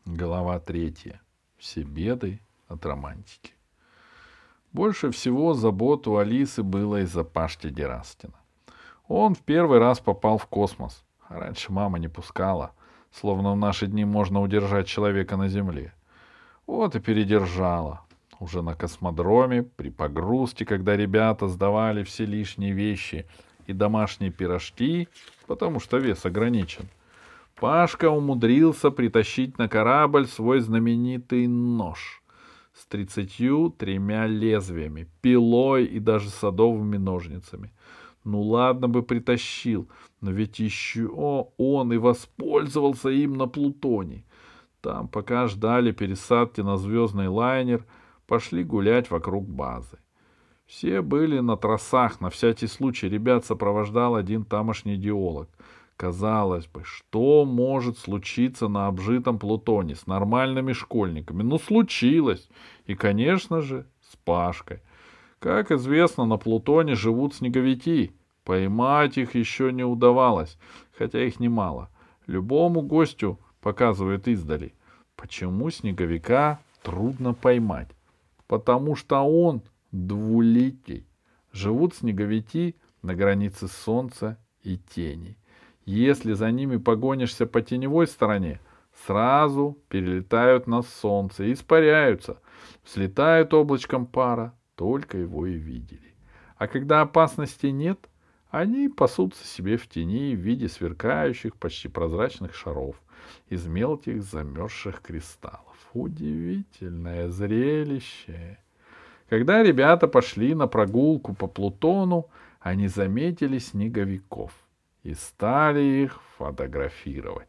Глава 3. Все беды от романтики. Больше всего забот у Алисы было из-за Пашки Герастина. Он в первый раз попал в космос. А раньше мама не пускала, словно в наши дни можно удержать человека на Земле. Вот и передержала. Уже на космодроме, при погрузке, когда ребята сдавали все лишние вещи и домашние пирожки, потому что вес ограничен, Пашка умудрился притащить на корабль свой знаменитый нож с 33 лезвиями, пилой и даже садовыми ножницами. Ну ладно бы притащил, но ведь еще он и воспользовался им на Плутоне. Там, пока ждали пересадки на звездный лайнер, пошли гулять вокруг базы. Все были на тросах, на всякий случай ребят сопровождал один тамошний геолог. Казалось бы, что может случиться на обжитом Плутоне с нормальными школьниками? Ну, случилось. И, конечно же, с Пашкой. Как известно, на Плутоне живут снеговики. Поймать их еще не удавалось, хотя их немало. Любому гостю показывают издали. Почему снеговика трудно поймать? Потому что он двуликий. Живут снеговики на границе солнца и тени. Если за ними погонишься по теневой стороне, сразу перелетают на солнце и испаряются, взлетают облачком пара, только его и видели. А когда опасности нет, они пасутся себе в тени в виде сверкающих, почти прозрачных шаров из мелких замерзших кристаллов. Удивительное зрелище! Когда ребята пошли на прогулку по Плутону, они заметили снеговиков и стали их фотографировать.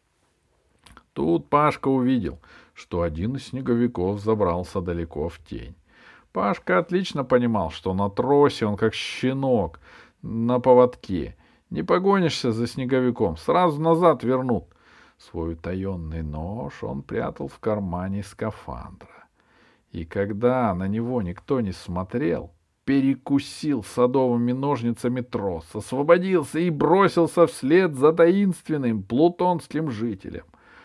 Тут Пашка увидел, что один из снеговиков забрался далеко в тень. Пашка отлично понимал, что на тросе он как щенок на поводке. Не погонишься за снеговиком, сразу назад вернут. Свой утаенный нож он прятал в кармане скафандра. И когда на него никто не смотрел, перекусил садовыми ножницами трос, освободился и бросился вслед за таинственным плутонским жителем.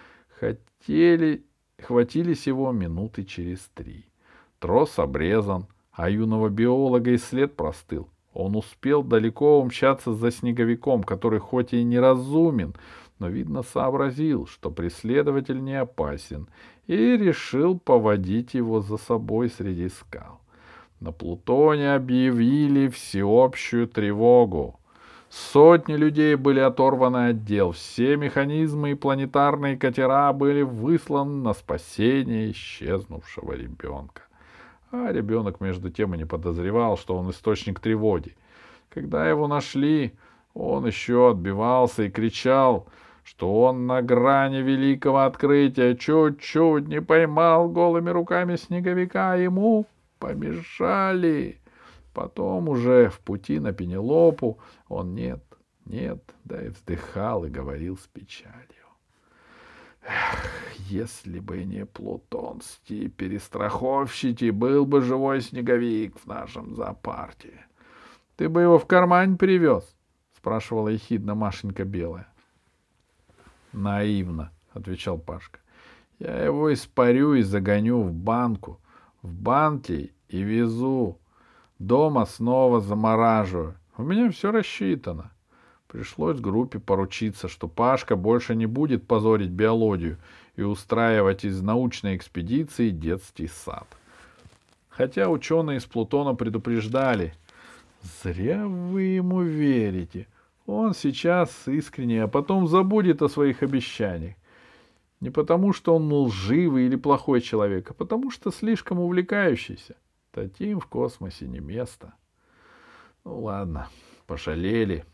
Хватились его минуты через 3. Трос обрезан, а юного биолога и след простыл. Он успел далеко умчаться за снеговиком, который хоть и неразумен, но, видно, сообразил, что преследователь не опасен, и решил поводить его за собой среди скал. На Плутоне объявили всеобщую тревогу. Сотни людей были оторваны от дел, все механизмы и планетарные катера были высланы на спасение исчезнувшего ребенка. А ребенок, между тем, и не подозревал, что он источник тревоги. Когда его нашли, он еще отбивался и кричал, что он на грани великого открытия, чуть-чуть не поймал голыми руками снеговика, а ему помешали. Потом уже в пути на Пенелопу он нет, да и вздыхал и говорил с печалью. Эх, если бы не плутонские перестраховщики, был бы живой снеговик в нашем зоопарке. — Ты бы его в кармане привез? — спрашивала ехидно Машенька Белая. — Наивно, — отвечал Пашка. — Я его испарю и загоню в банку. В банке и везу. Дома снова замораживаю. У меня все рассчитано. Пришлось группе поручиться, что Пашка больше не будет позорить биологию и устраивать из научной экспедиции детский сад. Хотя ученые из Плутона предупреждали. Зря вы ему верите. Он сейчас искренне, а потом забудет о своих обещаниях. Не потому, что он лживый или плохой человек, а потому, что слишком увлекающийся. Таким в космосе не место. Ну ладно, пожалели.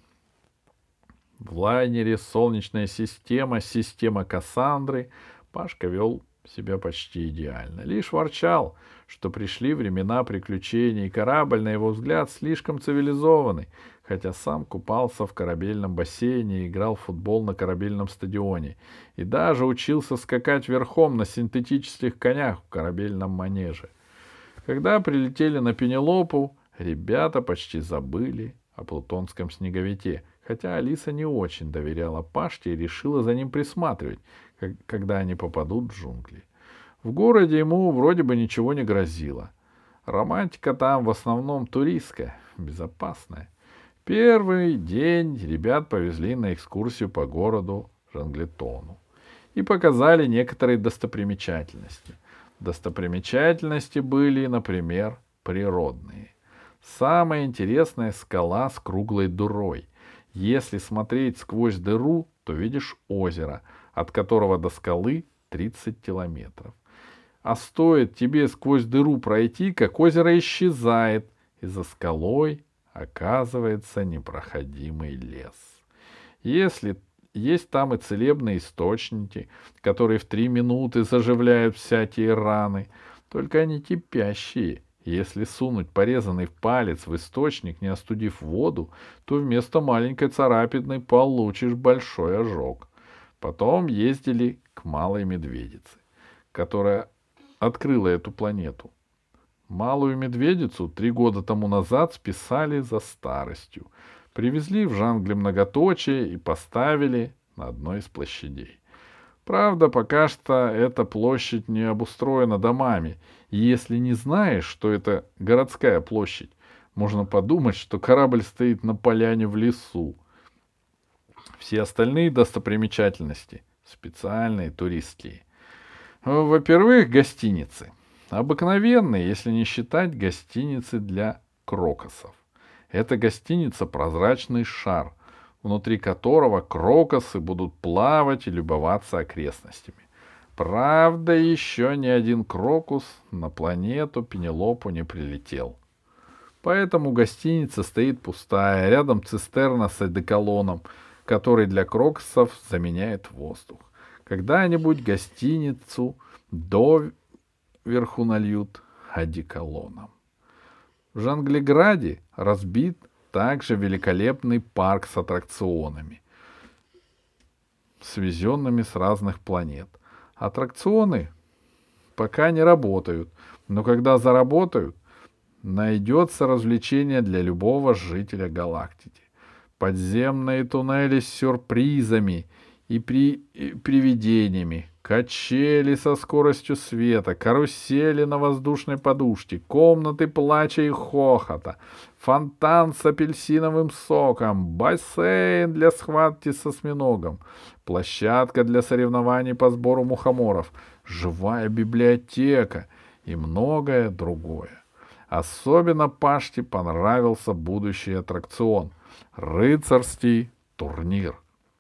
В лайнере «Солнечная система», система Кассандры, Пашка вел себя почти идеально. Лишь ворчал, что пришли времена приключений, и корабль, на его взгляд, слишком цивилизованный, хотя сам купался в корабельном бассейне и играл в футбол на корабельном стадионе, и даже учился скакать верхом на синтетических конях в корабельном манеже. Когда прилетели на Пенелопу, ребята почти забыли о плутонском снеговике, хотя Алиса не очень доверяла Пашке и решила за ним присматривать, когда они попадут в джунгли. В городе ему вроде бы ничего не грозило. Романтика там в основном туристская, безопасная. Первый день ребят повезли на экскурсию по городу Жанглетону и показали некоторые достопримечательности. Достопримечательности были, например, природные. Самая интересная скала с круглой дырой. Если смотреть сквозь дыру, то видишь озеро, от которого до скалы 30 километров. А стоит тебе сквозь дыру пройти, как озеро исчезает, и за скалой оказывается непроходимый лес. Если есть там и целебные источники, которые в 3 минуты заживляют всякие раны, только они кипящие. Если сунуть порезанный палец в источник, не остудив воду, то вместо маленькой царапины получишь большой ожог. Потом ездили к Малой Медведице, которая открыла эту планету. Малую Медведицу 3 года тому назад списали за старостью. Привезли в Жангле многоточие и поставили на одной из площадей. Правда, пока что эта площадь не обустроена домами, и если не знаешь, что это городская площадь, можно подумать, что корабль стоит на поляне в лесу. Все остальные достопримечательности специальные, туристские. Во-первых, гостиницы. Обыкновенные, если не считать гостиницы для крокосов. Это гостиница «Прозрачный шар», внутри которого крокосы будут плавать и любоваться окрестностями. Правда, еще ни один крокус на планету Пенелопу не прилетел. Поэтому гостиница стоит пустая, рядом цистерна с одеколоном, который для крокусов заменяет воздух. Когда-нибудь гостиницу доверху нальют одеколоном. В Жанглеграде разбит также великолепный парк с аттракционами, свезенными с разных планет. Аттракционы пока не работают, но когда заработают, найдется развлечение для любого жителя галактики. Подземные туннели с сюрпризами и привидениями, качели со скоростью света, карусели на воздушной подушке, комнаты плача и хохота, фонтан с апельсиновым соком, бассейн для схватки с осьминогом, площадка для соревнований по сбору мухоморов, живая библиотека и многое другое. Особенно Пашке понравился будущий аттракцион — рыцарский турнир.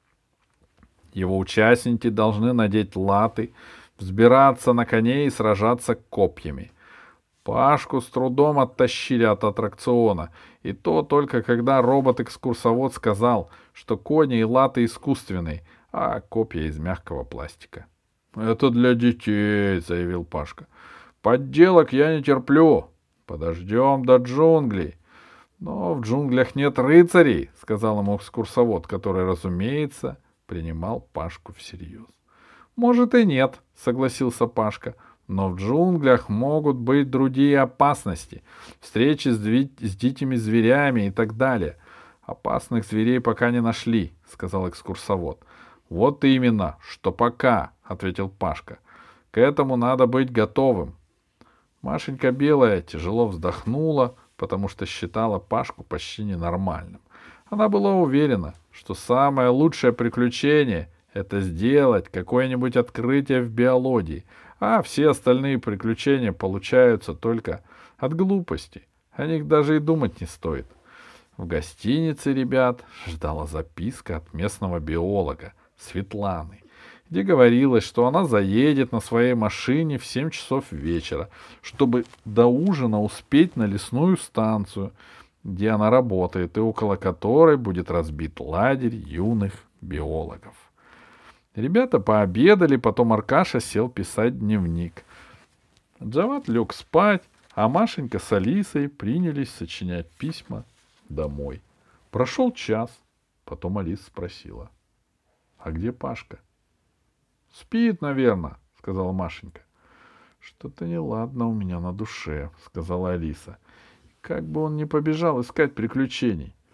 Его участники должны надеть латы, взбираться на коней и сражаться копьями. Пашку с трудом оттащили от аттракциона, и то только когда робот-экскурсовод сказал, что кони и латы искусственные, а копья из мягкого пластика. — Это для детей, — заявил Пашка. — Подделок я не терплю. Подождем до джунглей. — Но в джунглях нет рыцарей, — сказал ему экскурсовод, который, разумеется, принимал Пашку всерьез. — Может и нет, — согласился Пашка, — но в джунглях могут быть другие опасности, встречи с дикими зверями и так далее. — Опасных зверей пока не нашли, — сказал экскурсовод. — Вот именно, что пока, — ответил Пашка. — К этому надо быть готовым. Машенька Белая тяжело вздохнула, потому что считала Пашку почти ненормальным. Она была уверена, что самое лучшее приключение — это сделать какое-нибудь открытие в биологии, а все остальные приключения получаются только от глупости. О них даже и думать не стоит. В гостинице ребят ждала записка от местного биолога Светланы, где говорилось, что она заедет на своей машине в 7 часов вечера, чтобы до ужина успеть на лесную станцию, где она работает и около которой будет разбит лагерь юных биологов. Ребята пообедали, потом Аркаша сел писать дневник. Джават лег спать, а Машенька с Алисой принялись сочинять письма домой. Прошел час, потом Алиса спросила: — А где Пашка? — Спит, наверное, — сказала Машенька. — Что-то неладно у меня на душе, — сказала Алиса. — Как бы он ни побежал искать приключений.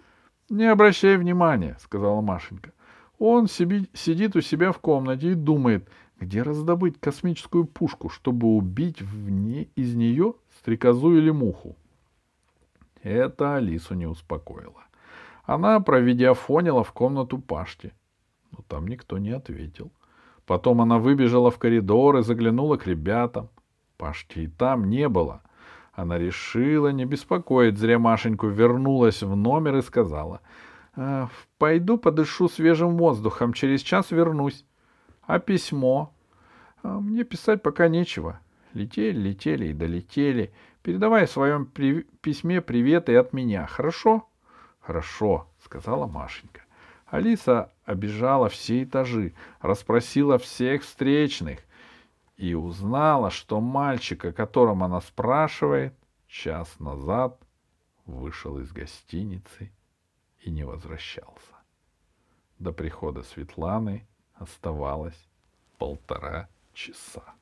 — Не обращай внимания, — сказала Машенька. — Он сидит у себя в комнате и думает, где раздобыть космическую пушку, чтобы убить из нее стрекозу или муху. Это Алису не успокоило. Она провидеофонила в комнату Пашки, но там никто не ответил. Потом она выбежала в коридор и заглянула к ребятам. Пашки и там не было. Она решила не беспокоить зря Машеньку, вернулась в номер и сказала: пойду подышу свежим воздухом, через час вернусь. А письмо? Мне писать пока нечего. Летели и долетели. Передавай в своем письме привет и от меня, хорошо? — Хорошо, — сказала Машенька. Алиса обежала все этажи, расспросила всех встречных и узнала, что мальчик, о котором она спрашивает, час назад вышел из гостиницы и не возвращался. До прихода Светланы оставалось 1,5 часа.